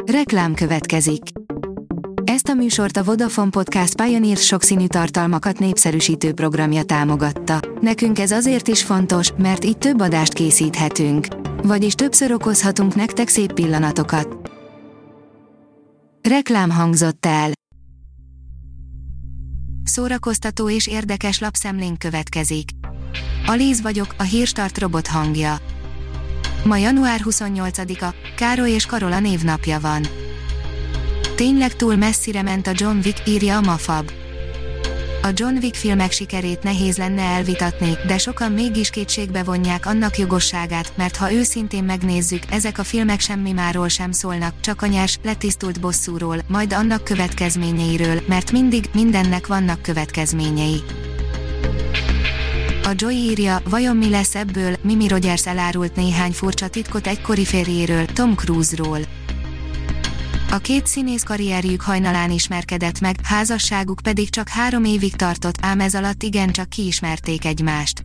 Reklám következik. Ezt a műsort a Vodafone Podcast Pioneer sokszínű tartalmakat népszerűsítő programja támogatta. Nekünk ez azért is fontos, mert így több adást készíthetünk. Vagyis többször okozhatunk nektek szép pillanatokat. Reklám hangzott el. Szórakoztató és érdekes lapszemlénk következik. Alíz vagyok, a Hírstart robot hangja. Ma január 28-a, Károly és Karola névnapja van. Tényleg túl messzire ment a John Wick, írja a Mafab. A John Wick filmek sikerét nehéz lenne elvitatni, de sokan mégis kétségbe vonják annak jogosságát, mert ha őszintén megnézzük, ezek a filmek semmi máról sem szólnak, csak a nyers, letisztult bosszúról, majd annak következményeiről, mert mindig, mindennek vannak következményei. A Joy írja, vajon mi lesz ebből, Mimi Rogers elárult néhány furcsa titkot egykori férjéről, Tom Cruise-ról. A két színész karrierjük hajnalán ismerkedett meg, házasságuk pedig csak 3 évig tartott, ám ez alatt igencsak kiismerték egymást.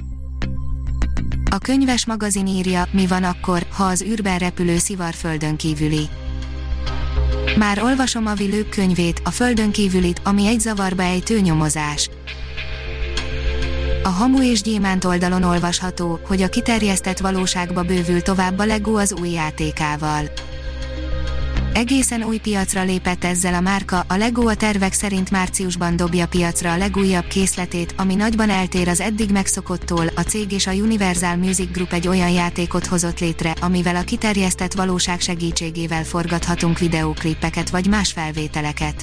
A könyves magazin írja, mi van akkor, ha az űrben repülő szivar földön kívüli. Már olvasom a Vilők könyvét, a földön kívülit, ami egy zavarba ejtő nyomozás. A Hamu és Gyémánt oldalon olvasható, hogy a kiterjesztett valóságba bővül tovább a Lego az új játékával. Egészen új piacra lépett ezzel a márka, a Lego a tervek szerint márciusban dobja piacra a legújabb készletét, ami nagyban eltér az eddig megszokottól. A cég és a Universal Music Group egy olyan játékot hozott létre, amivel a kiterjesztett valóság segítségével forgathatunk videóklippeket vagy más felvételeket.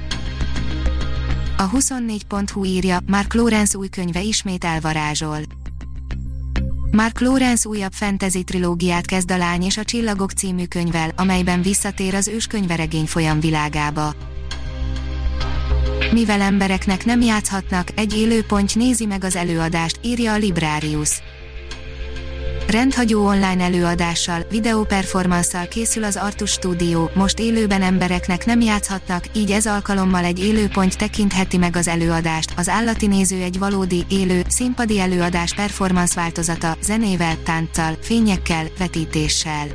A 24.hu írja, Mark Lawrence új könyve ismét elvarázsol. Mark Lawrence újabb fantasy trilógiát kezd a Lány és a Csillagok című könyvvel, amelyben visszatér az őskönyveregény folyamvilágába. Mivel embereknek nem játszhatnak, egy élőponty nézi meg az előadást, írja a Librarius. Rendhagyó online előadással, videóperformansszal készül az Artus Studio, most élőben embereknek nem játszhatnak, így ez alkalommal egy élőponty tekintheti meg az előadást, az állati néző egy valódi, élő, színpadi előadás performance változata, zenével, tánccal, fényekkel, vetítéssel.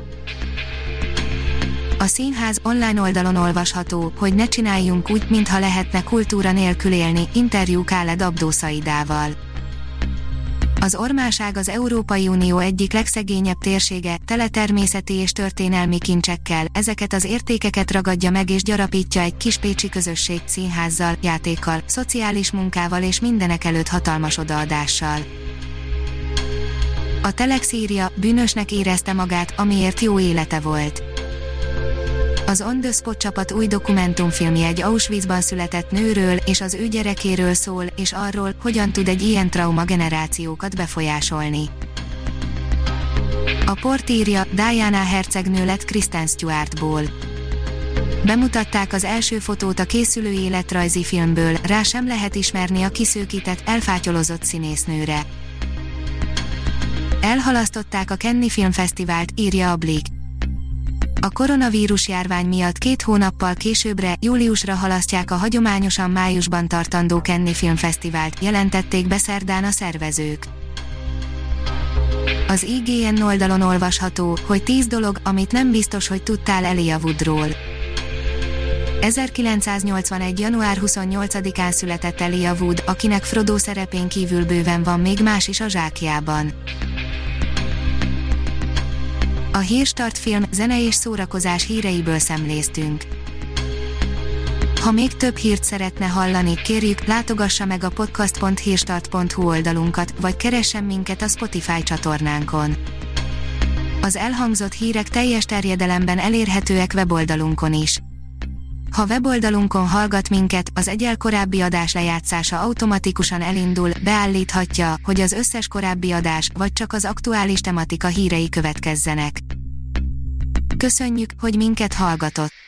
A színház online oldalon olvasható, hogy ne csináljunk úgy, mintha lehetne kultúra nélkül élni, interjú Khaled Abdo Saidával. Az ormánság az Európai Unió egyik legszegényebb térsége, tele természeti és történelmi kincsekkel, ezeket az értékeket ragadja meg és gyarapítja egy kis pécsi közösség színházzal, játékkal, szociális munkával és mindenekelőtt hatalmas odaadással. A Telex írja, bűnösnek érezte magát, amiért jó élete volt. Az On The Spot csapat új dokumentumfilmje egy Auschwitzban született nőről és az ő gyerekéről szól, és arról, hogyan tud egy ilyen trauma generációkat befolyásolni. A Port írja, Diana hercegnő lett Kristen Stewartból. Bemutatták az első fotót a készülő életrajzi filmből, rá sem lehet ismerni a kiszőkített, elfátyolozott színésznőre. Elhalasztották a Cannes Filmfesztivált, írja a Blick. A koronavírus járvány miatt 2 hónappal későbbre, júliusra halasztják a hagyományosan májusban tartandó Cannes Filmfesztivált, jelentették be szerdán a szervezők. Az IGN oldalon olvasható, hogy 10 dolog, amit nem biztos, hogy tudtál Elijah Woodról. 1981. január 28-án született Elijah Wood, akinek Frodo szerepén kívül bőven van még más is a zsákjában. A Hírstart film, zene és szórakozás híreiből szemléztünk. Ha még több hírt szeretne hallani, kérjük, látogassa meg a podcast.hírstart.hu oldalunkat, vagy keressen minket a Spotify csatornánkon. Az elhangzott hírek teljes terjedelemben elérhetőek weboldalunkon is. Ha weboldalunkon hallgat minket, az egyel korábbi adás lejátszása automatikusan elindul, beállíthatja, hogy az összes korábbi adás, vagy csak az aktuális tematika hírei következzenek. Köszönjük, hogy minket hallgatott!